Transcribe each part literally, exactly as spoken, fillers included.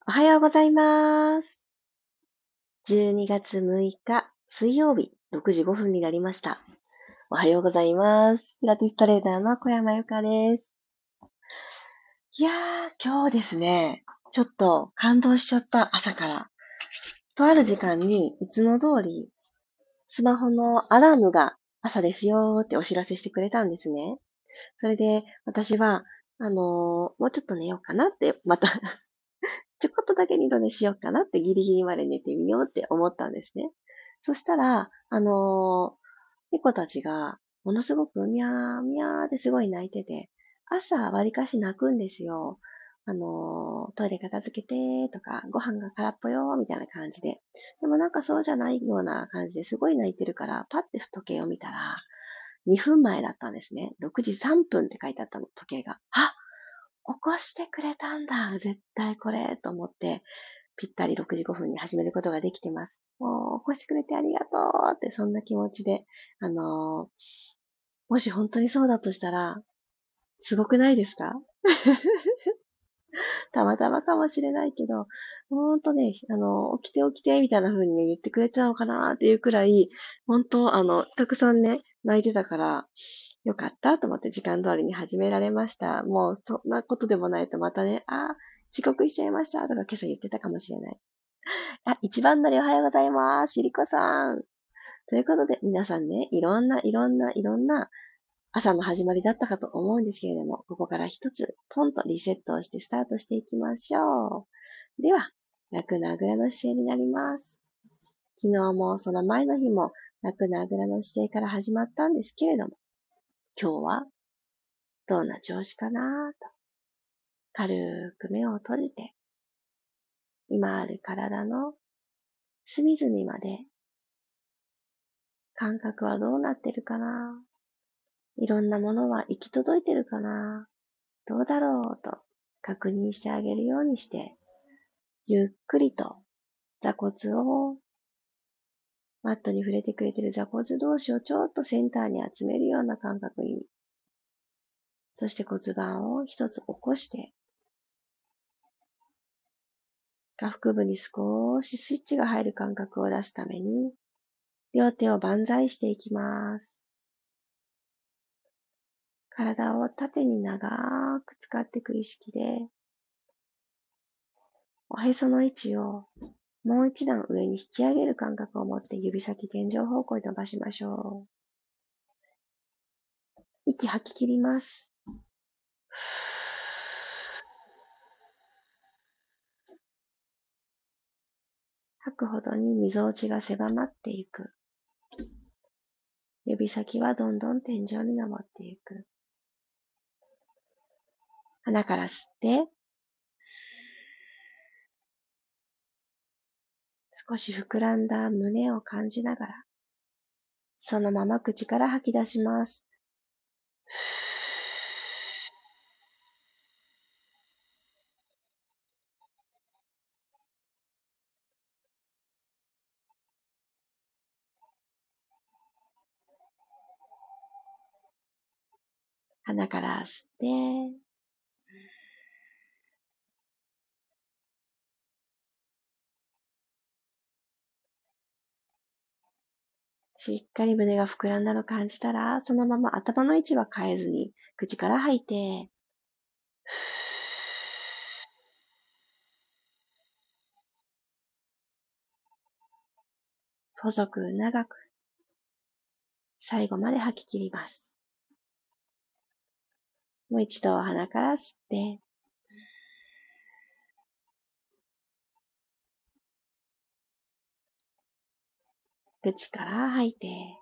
おはようございます。じゅうにがつむいか水曜日ろくじごふんになりました。おはようございます。ピラティストレーナーの小山由かです。いやー、今日ですね、ちょっと感動しちゃった朝から。とある時間にいつも通りスマホのアラームが朝ですよーってお知らせしてくれたんですね。それで私は、あのーもうちょっと寝ようかなって、またちょこっとだけ二度寝しようかなってギリギリまで寝てみようって思ったんですね。そしたら、あのー猫たちがものすごくミャーミャーってすごい泣いてて、朝わりかし泣くんですよ。あのートイレ片付けてとか、ご飯が空っぽよみたいな感じで。でもなんかそうじゃないような感じですごい泣いてるから、パッて時計を見たら、にふんまえだったんですね。ろくじさんぷんって書いてあったの、時計が。あ、起こしてくれたんだ。絶対これ、と思って、ぴったりろくじごふんに始めることができてます。もう、起こしてくれてありがとうって、そんな気持ちで、あのーもし本当にそうだとしたら、すごくないですか？たまたまかもしれないけど、ほんとね、あの、起きて起きて、みたいな風にね、言ってくれてたのかなっていうくらい、本当あの、たくさんね、泣いてたから、よかったと思って時間通りに始められました。もう、そんなことでもないとまたね、あー、遅刻しちゃいましたとか今朝言ってたかもしれない。あ、一番乗りおはようございます。しりこさん。ということで、皆さんね、いろんな、いろんな、いろんな朝の始まりだったかと思うんですけれども、ここから一つ、ポンとリセットをしてスタートしていきましょう。では、楽なあぐらの姿勢になります。昨日もその前の日も楽なあぐらの姿勢から始まったんですけれども、今日はどんな調子かなと、軽く目を閉じて、今ある体の隅々まで感覚はどうなってるかな、いろんなものは行き届いてるかな、どうだろうと確認してあげるようにして、ゆっくりと座骨を、マットに触れてくれてる座骨同士をちょっとセンターに集めるような感覚に、そして骨盤を一つ起こして、下腹部に少しスイッチが入る感覚を出すために、両手を万歳していきます。体を縦に長く使っていく意識で、おへその位置をもう一段上に引き上げる感覚を持って指先天井方向に伸ばしましょう。息吐き切ります。吐くほどに溝落ちが狭まっていく。指先はどんどん天井に登っていく。鼻から吸って、少し膨らんだ胸を感じながら、そのまま口から吐き出します。鼻から吸って、しっかり胸が膨らんだのを感じたら、そのまま頭の位置は変えずに、口から吐いて、細く長く、最後まで吐き切ります。もう一度鼻から吸って、口から吐いて、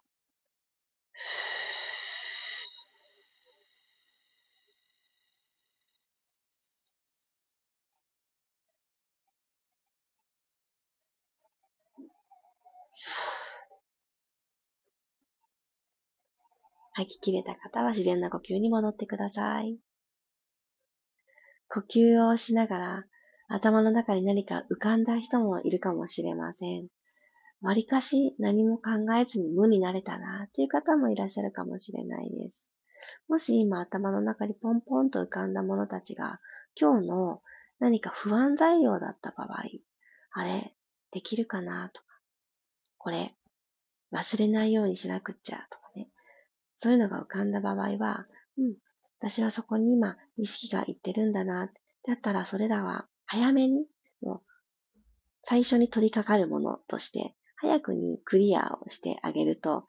吐き切れた方は自然な呼吸に戻ってください。呼吸をしながら、頭の中に何か浮かんだ人もいるかもしれません。わりかし何も考えずに無になれたなっていう方もいらっしゃるかもしれないです。もし今頭の中にポンポンと浮かんだものたちが、今日の何か不安材料だった場合、あれ、できるかなとか、これ、忘れないようにしなくっちゃとかね。そういうのが浮かんだ場合は、うん、私はそこに今意識がいってるんだな。だったらそれらは早めに、もう最初に取り掛かるものとして、早くにクリアをしてあげると、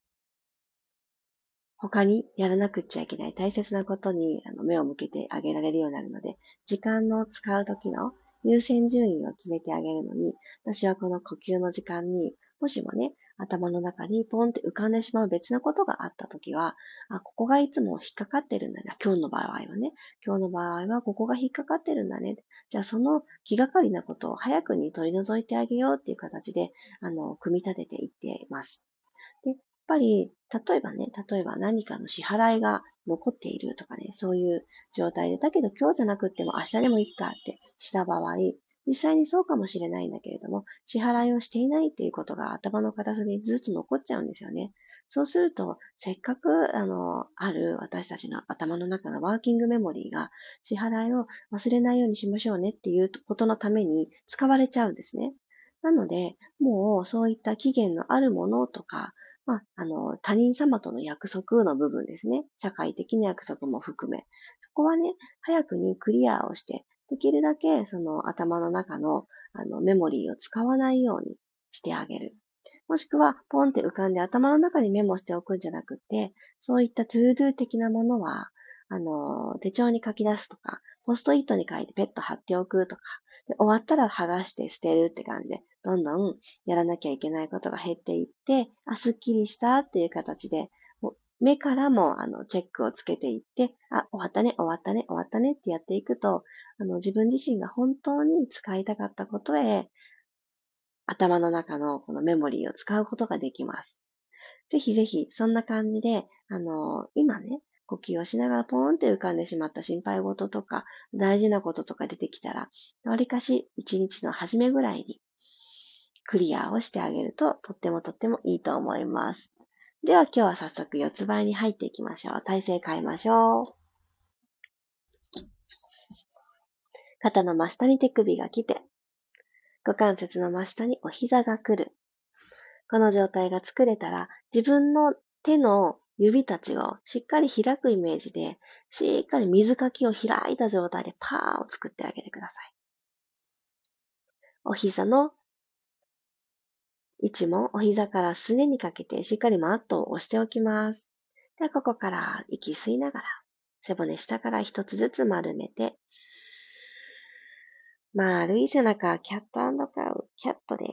他にやらなくっちゃいけない大切なことにあの目を向けてあげられるようになるので、時間の使う時の優先順位を決めてあげるのに、私はこの呼吸の時間に、もしもね、頭の中にポンって浮かんでしまう別のことがあった時は、あ、ここがいつも引っかかってるんだね。今日の場合はね。今日の場合はここが引っかかってるんだね。じゃあその気がかりなことを早くに取り除いてあげようっていう形で、あの、組み立てていっています。で、やっぱり、例えばね、例えば何かの支払いが残っているとかね、そういう状態で、だけど今日じゃなくっても明日でもいいかってした場合、実際にそうかもしれないんだけれども、支払いをしていないっていうことが頭の片隅にずっと残っちゃうんですよね。そうすると、せっかく、あの、ある私たちの頭の中のワーキングメモリーが、支払いを忘れないようにしましょうねっていうことのために使われちゃうんですね。なので、もうそういった期限のあるものとか、まあ、あの、他人様との約束の部分ですね。社会的な約束も含め。そこはね、早くにクリアをして、できるだけその頭の中のあのメモリーを使わないようにしてあげる。もしくは、ポンって浮かんで頭の中にメモしておくんじゃなくて、そういったトゥードゥ的なものは、あの、手帳に書き出すとか、ポストイットに書いてペット貼っておくとか、で終わったら剥がして捨てるって感じで、どんどんやらなきゃいけないことが減っていって、あ、すっきりしたっていう形で、もう目からもあのチェックをつけていって、あ、終わったね、終わったね、終わったねってやっていくと、あの自分自身が本当に使いたかったことへ、頭の中のこのメモリーを使うことができます。ぜひぜひ、そんな感じで、あの、今ね、呼吸をしながらポーンって浮かんでしまった心配事とか、大事なこととか出てきたら、わりかし一日の初めぐらいにクリアをしてあげると、とってもとってもいいと思います。では今日は早速四つ倍に入っていきましょう。体勢変えましょう。肩の真下に手首が来て、股関節の真下にお膝が来る。この状態が作れたら、自分の手の指たちをしっかり開くイメージで、しっかり水かきを開いた状態でパーを作ってあげてください。お膝の位置もお膝からすねにかけてしっかりマットを押しておきます。ではここから息吸いながら、背骨下から一つずつ丸めて、丸い背中、キャット&カウ、キャットです。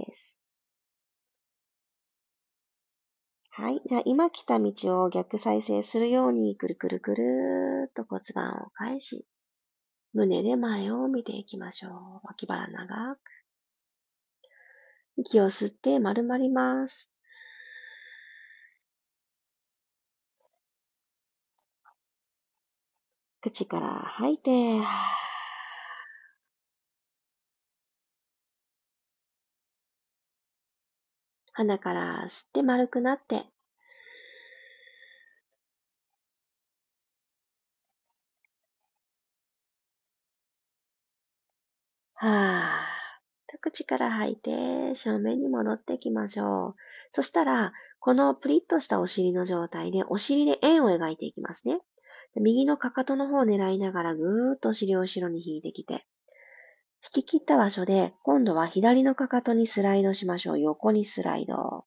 はい。じゃあ今来た道を逆再生するように、くるくるくるーっと骨盤を返し、胸で前を見ていきましょう。脇腹長く。息を吸って丸まります。口から吐いて、鼻から吸って丸くなって、はー。口から吐いて、正面に戻っていきましょう。そしたら、このプリッとしたお尻の状態で、お尻で円を描いていきますね。右のかかとの方を狙いながら、ぐーっとお尻を後ろに引いてきて、引き切った場所で、今度は左のかかとにスライドしましょう。横にスライド。はい、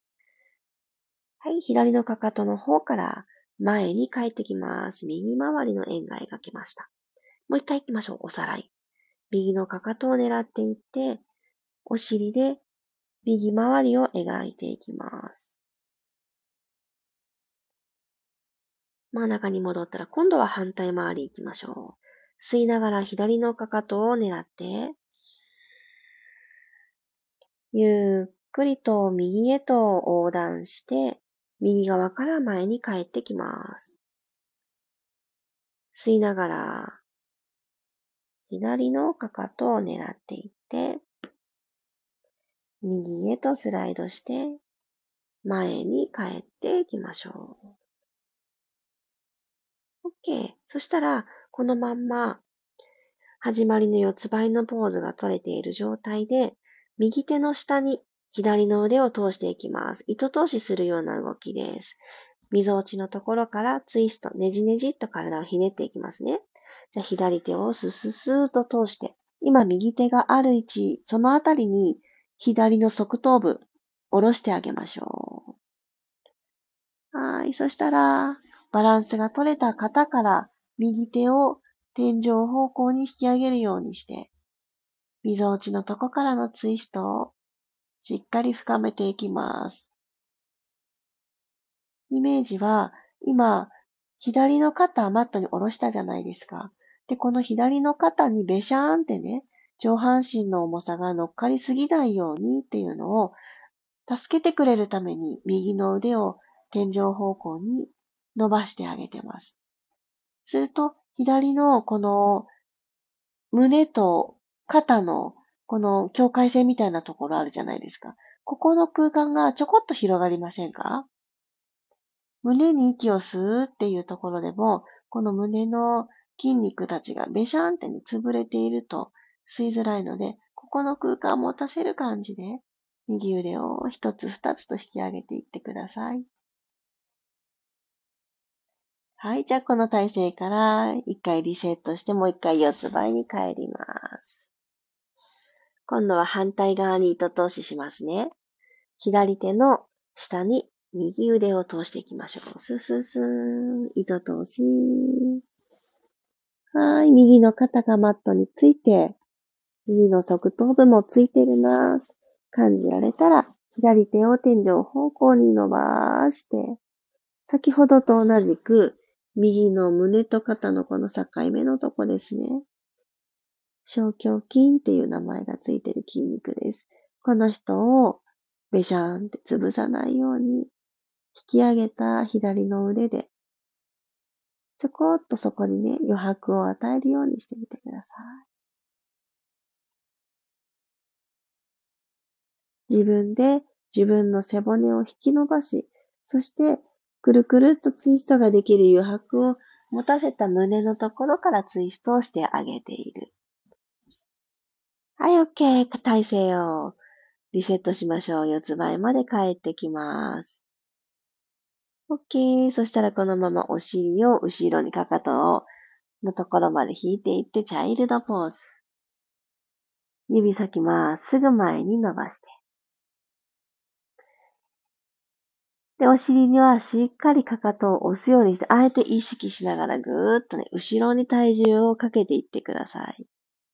左のかかとの方から前に帰ってきます。右回りの円が描けました。もう一回行きましょう。おさらい。右のかかとを狙っていって、お尻で右回りを描いていきます。真ん中に戻ったら今度は反対回り行きましょう。吸いながら左のかかとを狙って、ゆっくりと右へと横断して、右側から前に帰ってきます。吸いながら、左のかかとを狙っていって、右へとスライドして、前に帰っていきましょう。OK。そしたら、このまんま、 始まりの四つ倍のポーズが取れている状態で、右手の下に左の腕を通していきます。糸通しするような動きです。溝落ちのところからツイスト、ねじねじっと体をひねっていきますね。じゃあ左手をスススーッと通して、今右手がある位置、そのあたりに左の側頭部、下ろしてあげましょう。はい。そしたら、バランスが取れた方から右手を天井方向に引き上げるようにして、溝落ちのとこからのツイストをしっかり深めていきます。イメージは、今、左の肩マットに下ろしたじゃないですか。で、この左の肩にベシャーンってね、上半身の重さが乗っかりすぎないようにっていうのを助けてくれるために右の腕を天井方向に伸ばしてあげてます。すると、左のこの胸と肩のこの境界線みたいなところあるじゃないですか。ここの空間がちょこっと広がりませんか？胸に息を吸うっていうところでも、この胸の筋肉たちがベシャーンってね、潰れていると吸いづらいので、ここの空間を持たせる感じで、右腕を一つ二つと引き上げていってください。はい、じゃあこの体勢から一回リセットしてもう一回四つ倍に帰ります。今度は反対側に糸通ししますね。左手の下に右腕を通していきましょう。スースースー、糸通し。はい、右の肩がマットについて、右の側頭部もついてるなぁ感じられたら、左手を天井方向に伸ばして、先ほどと同じく、右の胸と肩のこの境目のとこですね。小胸筋っていう名前がついてる筋肉です。この人をベシャーンって潰さないように、引き上げた左の腕で、ちょこっとそこにね、余白を与えるようにしてみてください。自分で自分の背骨を引き伸ばし、そしてくるくるっとツイストができる余白を持たせた胸のところからツイストをしてあげている。はい、OK。体勢をリセットしましょう。四つ倍まで帰ってきます。OK。そしたらこのままお尻を後ろにかかとをのところまで引いていってチャイルドポーズ。指先まっすぐ前に伸ばして。で、お尻にはしっかりかかとを押すようにして、あえて意識しながらぐーっとね、後ろに体重をかけていってください。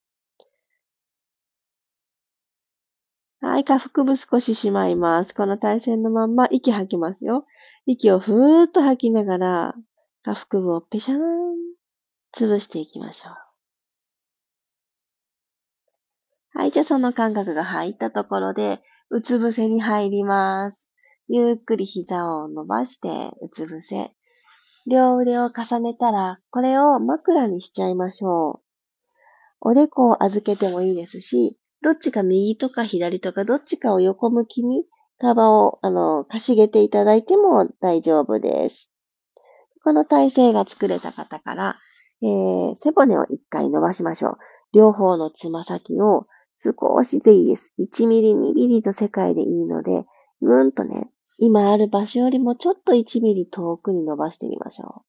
はい、下腹部少ししまいます。この体勢のまんま息吐きますよ。息をふーっと吐きながら、下腹部をペシャーン潰していきましょう。はい、じゃあその感覚が入ったところで、うつ伏せに入ります。ゆっくり膝を伸ばして、うつ伏せ。両腕を重ねたら、これを枕にしちゃいましょう。おでこを預けてもいいですし、どっちか右とか左とかどっちかを横向きに、カバを、あの、かしげていただいても大丈夫です。この体勢が作れた方から、えー、背骨を一回伸ばしましょう。両方のつま先を少しでいいです。いちミリ、にミリの世界でいいので、ぐんとね、今ある場所よりもちょっといちミリ遠くに伸ばしてみましょ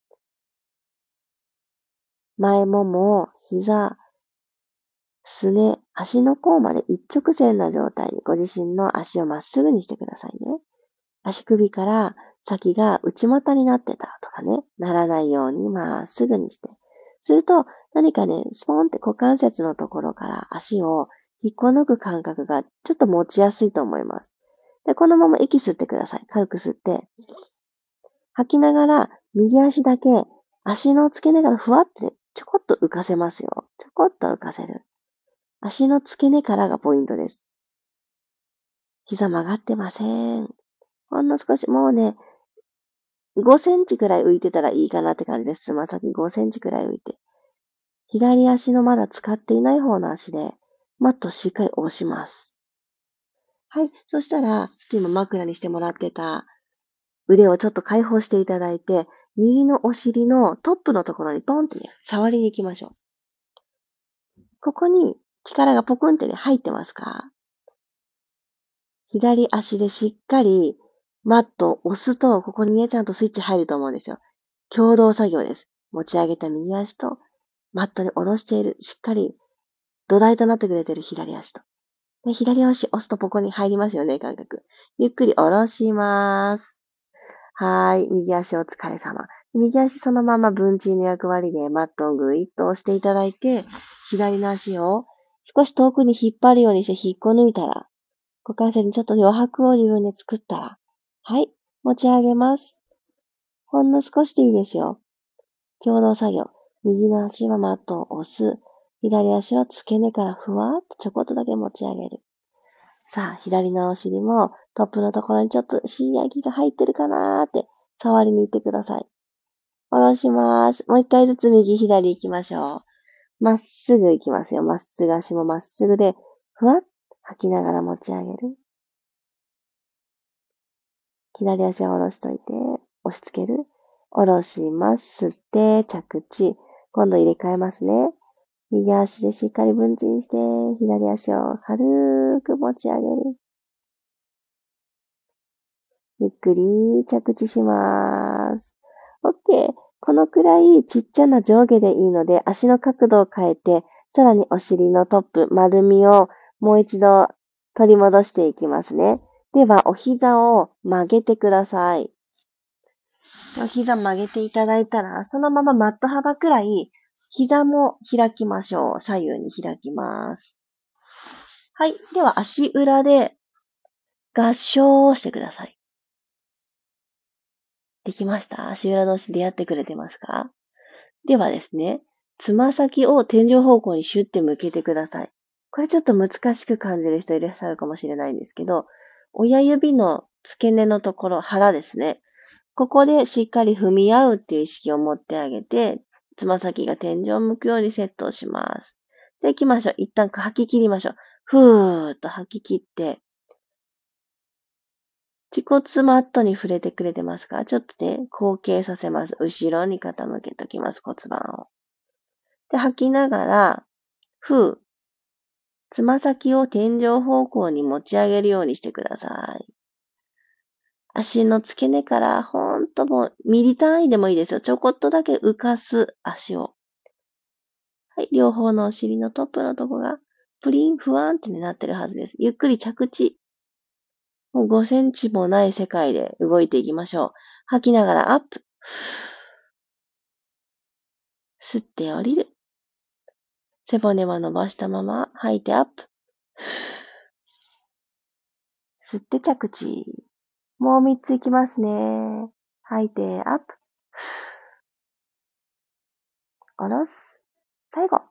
う。前もも、膝、すね、足の甲まで一直線な状態にご自身の足をまっすぐにしてくださいね。足首から先が内股になってたとかね、ならないようにまっすぐにして。すると、何かね、スポンって股関節のところから足を引っこ抜く感覚がちょっと持ちやすいと思います。で、このまま息吸ってください。軽く吸って。吐きながら、右足だけ足の付け根からふわってちょこっと浮かせますよ。ちょこっと浮かせる。足の付け根からがポイントです。膝曲がってません。ほんの少し、もうね、ごセンチくらい浮いてたらいいかなって感じです。つま先ごセンチくらい浮いて。左足のまだ使っていない方の足で、マットをしっかり押します。はい。そしたら、今枕にしてもらってた腕をちょっと解放していただいて、右のお尻のトップのところにポンってね、触りに行きましょう。 ここに力がポクンってね、入ってますか？左足でしっかりマットを押すと、ここにね、ちゃんとスイッチ入ると思うんですよ。共同作業です。持ち上げた右足と、マットに下ろしている、しっかり土台となってくれている左足と。で、左足押すとここに入りますよね、感覚。ゆっくり下ろします。はーい。右足お疲れ様。右足そのまま文鎮の役割でマットをぐいっと押していただいて、左の足を少し遠くに引っ張るようにして引っこ抜いたら、股関節にちょっと余白を自分で作ったら、はい。持ち上げます。ほんの少しでいいですよ。共同作業。右の足はマットを押す。左足は付け根からふわーっとちょこっとだけ持ち上げる。さあ、左のお尻もトップのところにちょっと芯焼きが入ってるかなーって触りに行ってください。下ろします。もう一回ずつ右左行きましょう。まっすぐ行きますよ。まっすぐ足もまっすぐで、ふわっ吐きながら持ち上げる。左足を下ろしといて、押し付ける。下ろします。吸って、着地。今度入れ替えますね。右足でしっかり分鎮して、左足を軽く持ち上げる。ゆっくり着地します。OK。このくらいちっちゃな上下でいいので、足の角度を変えて、さらにお尻のトップ、丸みをもう一度取り戻していきますね。では、お膝を曲げてください。お膝曲げていただいたら、そのままマット幅くらい、膝も開きましょう。左右に開きます。はい。では、足裏で合掌をしてください。できました？足裏同士出会ってくれてますか？ではですね、つま先を天井方向にシュッて向けてください。これちょっと難しく感じる人いらっしゃるかもしれないんですけど、親指の付け根のところ、腹ですね。ここでしっかり踏み合うっていう意識を持ってあげて、つま先が天井を向くようにセットをします。じゃあ行きましょう。一旦吐き切りましょう。ふーっと吐き切って、恥骨マットに触れてくれてますか？ちょっとね、後傾させます。後ろに傾けときます、骨盤を。で、吐きながら、ふう。つま先を天井方向に持ち上げるようにしてください。足の付け根からほんともうミリ単位でもいいですよ。ちょこっとだけ浮かす足を。はい、両方のお尻のトップのとこがプリン、ふわんってなってるはずです。ゆっくり着地。もうごセンチもない世界で動いていきましょう。吐きながらアップ。吸って降りる。背骨は伸ばしたまま吐いてアップ。吸って着地。もう三ついきますね。吐いてアップ。下ろす。最後。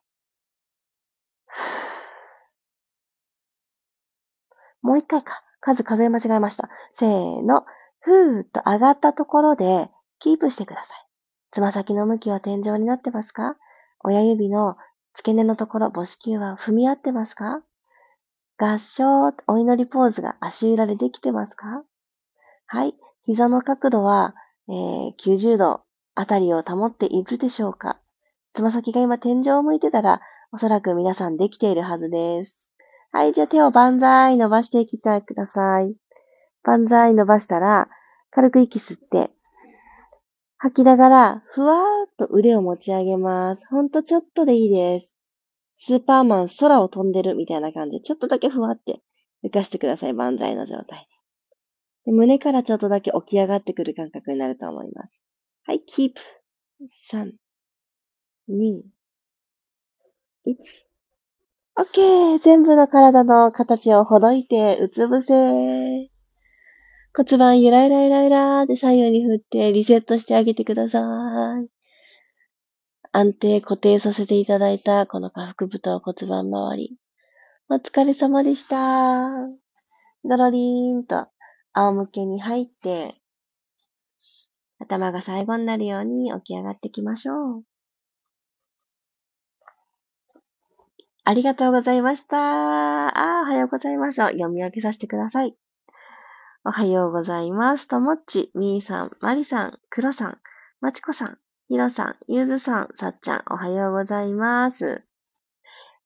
もう一回か。数数え間違えました。せーの。ふーっと上がったところでキープしてください。つま先の向きは天井になってますか？親指の付け根のところ、母子球は踏み合ってますか？合掌、お祈りポーズが足裏でできてますか？はい。膝の角度は、えー、きゅうじゅうどあたりを保っているでしょうか？つま先が今天井を向いてたら、おそらく皆さんできているはずです。はい。じゃあ手を万歳伸ばしていきてください。万歳伸ばしたら、軽く息吸って、吐きながら、ふわーっと腕を持ち上げます。ほんとちょっとでいいです。スーパーマン空を飛んでるみたいな感じで、ちょっとだけふわって浮かしてください。万歳の状態で。で胸からちょっとだけ起き上がってくる感覚になると思います。はい、キープ。さん、に、いち。オッケー。全部の体の形をほどいて、うつ伏せ。骨盤ゆらゆらゆらゆらーで左右に振ってリセットしてあげてください。安定固定させていただいたこの下腹部と骨盤周り。お疲れ様でした。ゴロリーンと仰向けに入って、頭が最後になるように起き上がっていきましょう。ありがとうございました。あー、おはようございます。読み上げさせてください。おはようございます。ともっち、みーさん、まりさん、くろさん、まちこさん、ひろさん、ゆずさん、さっちゃん、おはようございます。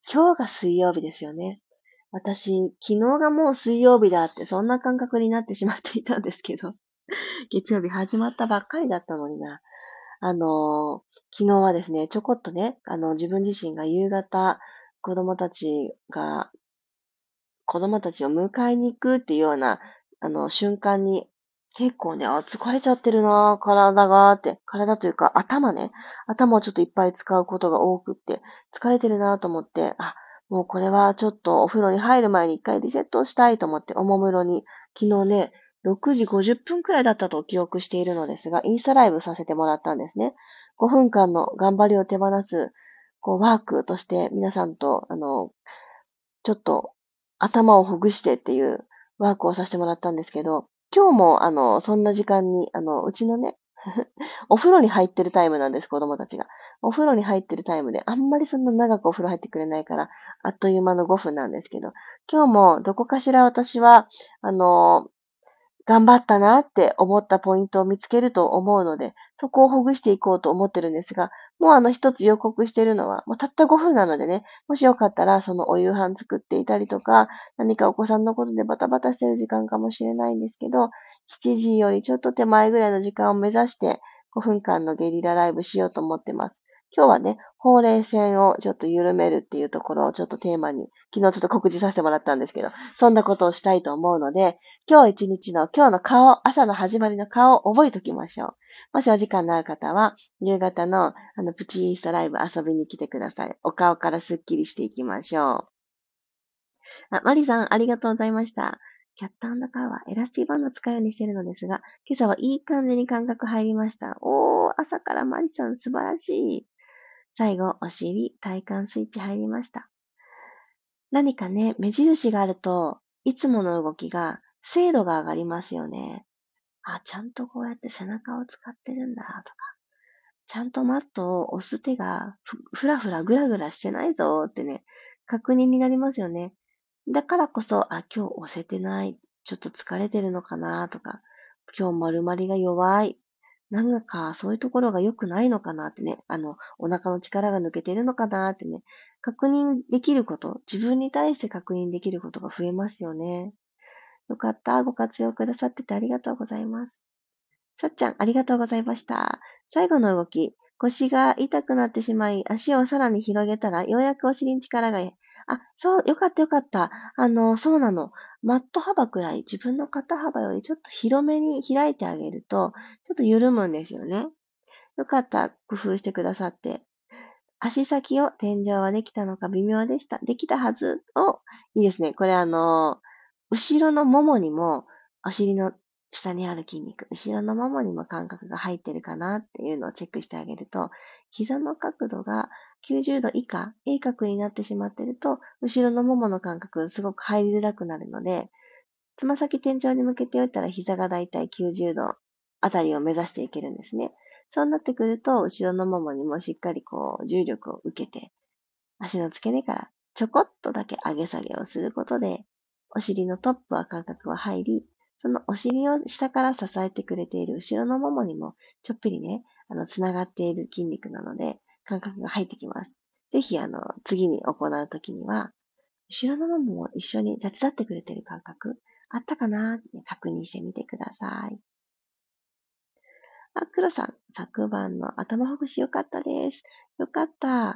今日が水曜日ですよね。私、昨日がもう水曜日だって、そんな感覚になってしまっていたんですけど、月曜日始まったばっかりだったのにな。あのー昨日はですね、ちょこっとね、あの、自分自身が夕方、子供たちが、子供たちを迎えに行くっていうような、あの、瞬間に、結構ね、あ、疲れちゃってるな、体がって、体というか頭ね、頭をちょっといっぱい使うことが多くって、疲れてるなと思って、あ、もうこれはちょっとお風呂に入る前に一回リセットをしたいと思って、おもむろに、昨日ね、ろくじごじゅっぷんくらいだったと記憶しているのですが、インスタライブさせてもらったんですね。ごふんかんの頑張りを手放す、こう、ワークとして皆さんと、あの、ちょっと頭をほぐしてっていうワークをさせてもらったんですけど、今日もあの、そんな時間に、あの、うちのね、お風呂に入ってるタイムなんです、子供たちが。お風呂に入ってるタイムで、あんまりそんな長くお風呂入ってくれないから、あっという間のごふんなんですけど、今日もどこかしら私は、あの、頑張ったなって思ったポイントを見つけると思うので、そこをほぐしていこうと思ってるんですが、もうあの一つ予告しているのは、もうたったごふんなのでね、もしよかったらそのお夕飯作っていたりとか、何かお子さんのことでバタバタしてる時間かもしれないんですけど、しちじよりちょっと手前ぐらいの時間を目指してごふんかんのゲリラライブしようと思ってます。今日はね、ほうれい線をちょっと緩めるっていうところをちょっとテーマに、昨日ちょっと告知させてもらったんですけど、そんなことをしたいと思うので、今日一日の今日の顔、朝の始まりの顔を覚えておきましょう。もしお時間のある方は、夕方のあのプチインスタライブ遊びに来てください。お顔からスッキリしていきましょう。あ、マリさん、ありがとうございました。キャットカーはエラスティバンド使うようにしてるのですが、今朝はいい感じに感覚入りました。おー、朝からマリさん素晴らしい。最後、お尻、体幹スイッチ入りました。何かね、目印があると、いつもの動きが精度が上がりますよね。あ、ちゃんとこうやって背中を使ってるんだとか、ちゃんとマットを押す手がふふらふらぐらぐらしてないぞってね、確認になりますよね。だからこそ、あ、今日押せてない。ちょっと疲れてるのかなとか、今日丸まりが弱い。なんか、そういうところが良くないのかなってね、あの、お腹の力が抜けてるのかなってね、確認できること、自分に対して確認できることが増えますよね。よかった。ご活用くださっててありがとうございます。さっちゃん、ありがとうございました。最後の動き、腰が痛くなってしまい、足をさらに広げたら、ようやくお尻に力が、あ、そう、よかったよかった。あの、そうなの。マット幅くらい、自分の肩幅よりちょっと広めに開いてあげると、ちょっと緩むんですよね。よかった。工夫してくださって。足先を天井はできたのか微妙でした。できたはずを、いいですね。これあの、後ろのももにも、お尻の下にある筋肉、後ろのももにも感覚が入ってるかなっていうのをチェックしてあげると、膝の角度がきゅうじゅうど以下、鋭角になってしまってると、後ろのももの感覚すごく入りづらくなるので、つま先天井に向けておいたら膝がだいたいきゅうじゅうどあたりを目指していけるんですね。そうなってくると、後ろのももにもしっかりこう重力を受けて、足の付け根からちょこっとだけ上げ下げをすることで、お尻のトップは感覚は入り、そのお尻を下から支えてくれている後ろのももにもちょっぴりね、あの、つながっている筋肉なので、感覚が入ってきます。ぜひ、あの、次に行うときには、後ろのももも一緒に手伝ってくれている感覚、あったかなって確認してみてください。あ、黒さん、昨晩の頭ほぐしよかったです。よかった。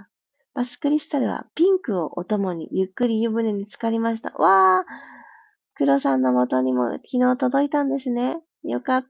バスクリスタルはピンクをお供にゆっくり湯船に浸かりました。わー、黒さんの元にも昨日届いたんですね。よかった。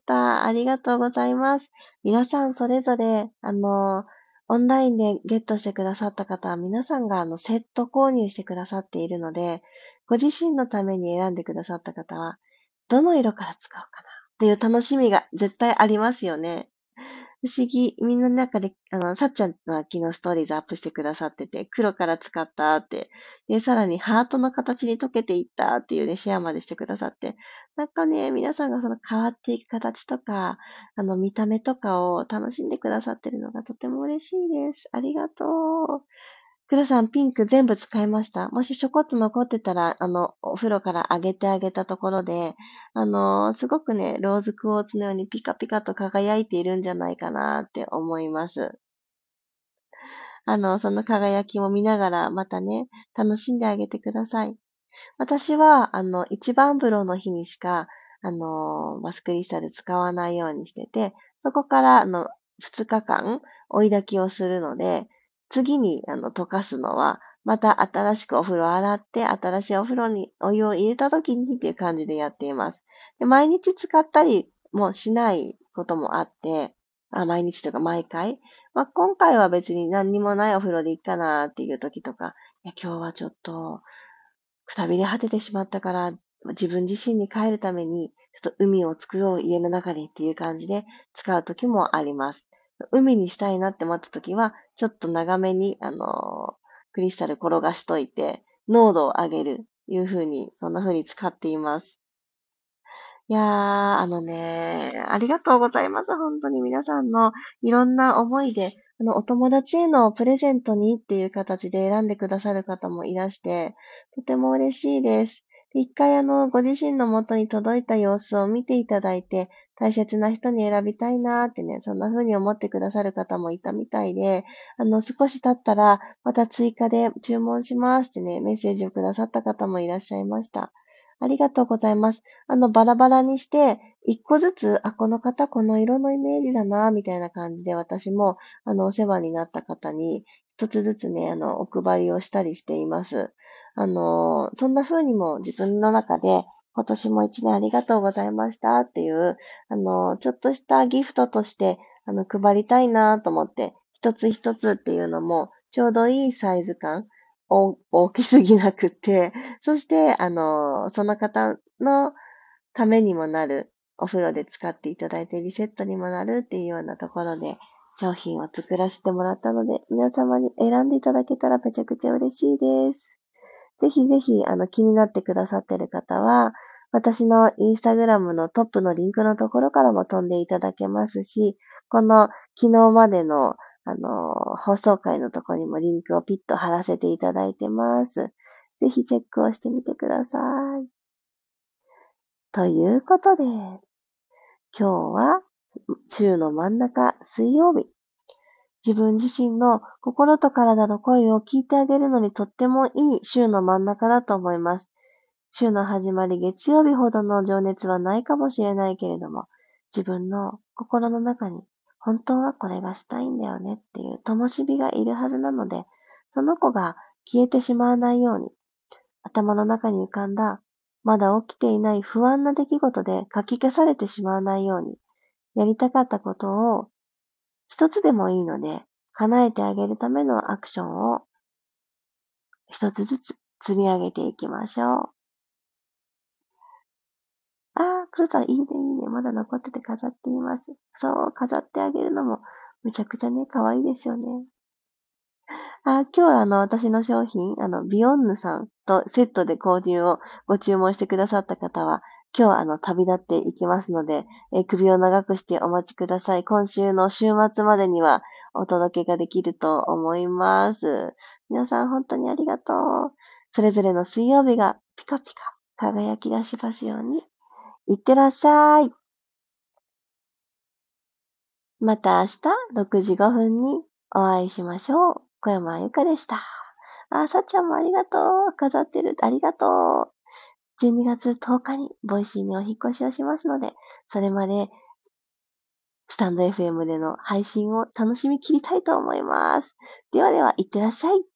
ありがとうございます。皆さんそれぞれ、あの、オンラインでゲットしてくださった方は皆さんがあのセット購入してくださっているので、ご自身のために選んでくださった方は、どの色から使おうかなっていう楽しみが絶対ありますよね。不思議。みんなの中で、あの、さっちゃんが昨日ストーリーズアップしてくださってて、黒から使ったって。で、さらにハートの形に溶けていったっていうね、シェアまでしてくださって。なんかね、皆さんがその変わっていく形とか、あの、見た目とかを楽しんでくださってるのがとても嬉しいです。ありがとう。黒さん、ピンク全部使いました。もしちょこっと残ってたら、あの、お風呂から上げてあげたところで、あの、すごくね、ローズクォーツのようにピカピカと輝いているんじゃないかなって思います。 あの、その輝きも見ながら、またね、楽しんであげてください。私は、あの、一番風呂の日にしか、あの、マスクリスタル使わないようにしてて、そこから、あの、ふつかかん追い焚きをするので、次に、あの、溶かすのは、また新しくお風呂洗って、新しいお風呂にお湯を入れた時にっていう感じでやっています。で、毎日使ったりもしないこともあって、あ、毎日とか毎回。まあ、今回は別に何にもないお風呂でいいかなっていう時とか、いや、今日はちょっと、くたびれ果ててしまったから、自分自身に帰るために、ちょっと海を作ろう、家の中にっていう感じで使う時もあります。海にしたいなって思った時は、ちょっと長めに、あの、クリスタル転がしといて、濃度を上げる、いう風に、そんな風に使っています。いやー、あのね、ありがとうございます。本当に皆さんのいろんな思いで、あの、お友達へのプレゼントにっていう形で選んでくださる方もいらして、とても嬉しいです。で一回あの、ご自身の元に届いた様子を見ていただいて、大切な人に選びたいなーってね、そんな風に思ってくださる方もいたみたいで、あの、少し経ったら、また追加で注文しますってね、メッセージをくださった方もいらっしゃいました。ありがとうございます。あの、バラバラにして、一個ずつ、あ、この方この色のイメージだな、みたいな感じで私も、あの、お世話になった方に、一つずつね、あの、お配りをしたりしています。あの、そんな風にも自分の中で、今年も一年ありがとうございましたっていう、あの、ちょっとしたギフトとして、あの、配りたいなと思って、一つ一つっていうのも、ちょうどいいサイズ感、お大きすぎなくて、そして、あの、その方のためにもなる、お風呂で使っていただいてリセットにもなるっていうようなところで商品を作らせてもらったので、皆様に選んでいただけたらめちゃくちゃ嬉しいです。ぜひぜひ、あの、気になってくださっている方は、私のインスタグラムのトップのリンクのところからも飛んでいただけますし、この昨日までの、あの、放送回のところにもリンクをピッと貼らせていただいてます。ぜひチェックをしてみてください。ということで、今日は週の真ん中水曜日。自分自身の心と体の声を聞いてあげるのにとってもいい週の真ん中だと思います。週の始まり月曜日ほどの情熱はないかもしれないけれども、自分の心の中に本当はこれがしたいんだよねっていう灯火がいるはずなので、その子が消えてしまわないように、頭の中に浮かんだまだ起きていない不安な出来事で書き消されてしまわないように、やりたかったことを一つでもいいので、叶えてあげるためのアクションを一つずつ積み上げていきましょう。ああ、黒さん、いいね、いいね。まだ残ってて飾っています。そう、飾ってあげるのも、めちゃくちゃね、可愛いですよね。あ、今日はあの、私の商品、あの、ビヨンヌさんとセットで購入をご注文してくださった方は、今日あの、旅立っていきますので、え首を長くしてお待ちください。今週の週末までにはお届けができると思います。皆さん本当にありがとう。それぞれの水曜日がピカピカ輝き出しますように。いってらっしゃい。また明日ろくじごふんにお会いしましょう。小山由かでした。あ、さっちゃんもありがとう。飾ってる。ありがとう。じゅうにがつとおかにボイシーにお引っ越しをしますので、それまでスタンド エフエム での配信を楽しみきりたいと思います。ではでは、いってらっしゃい。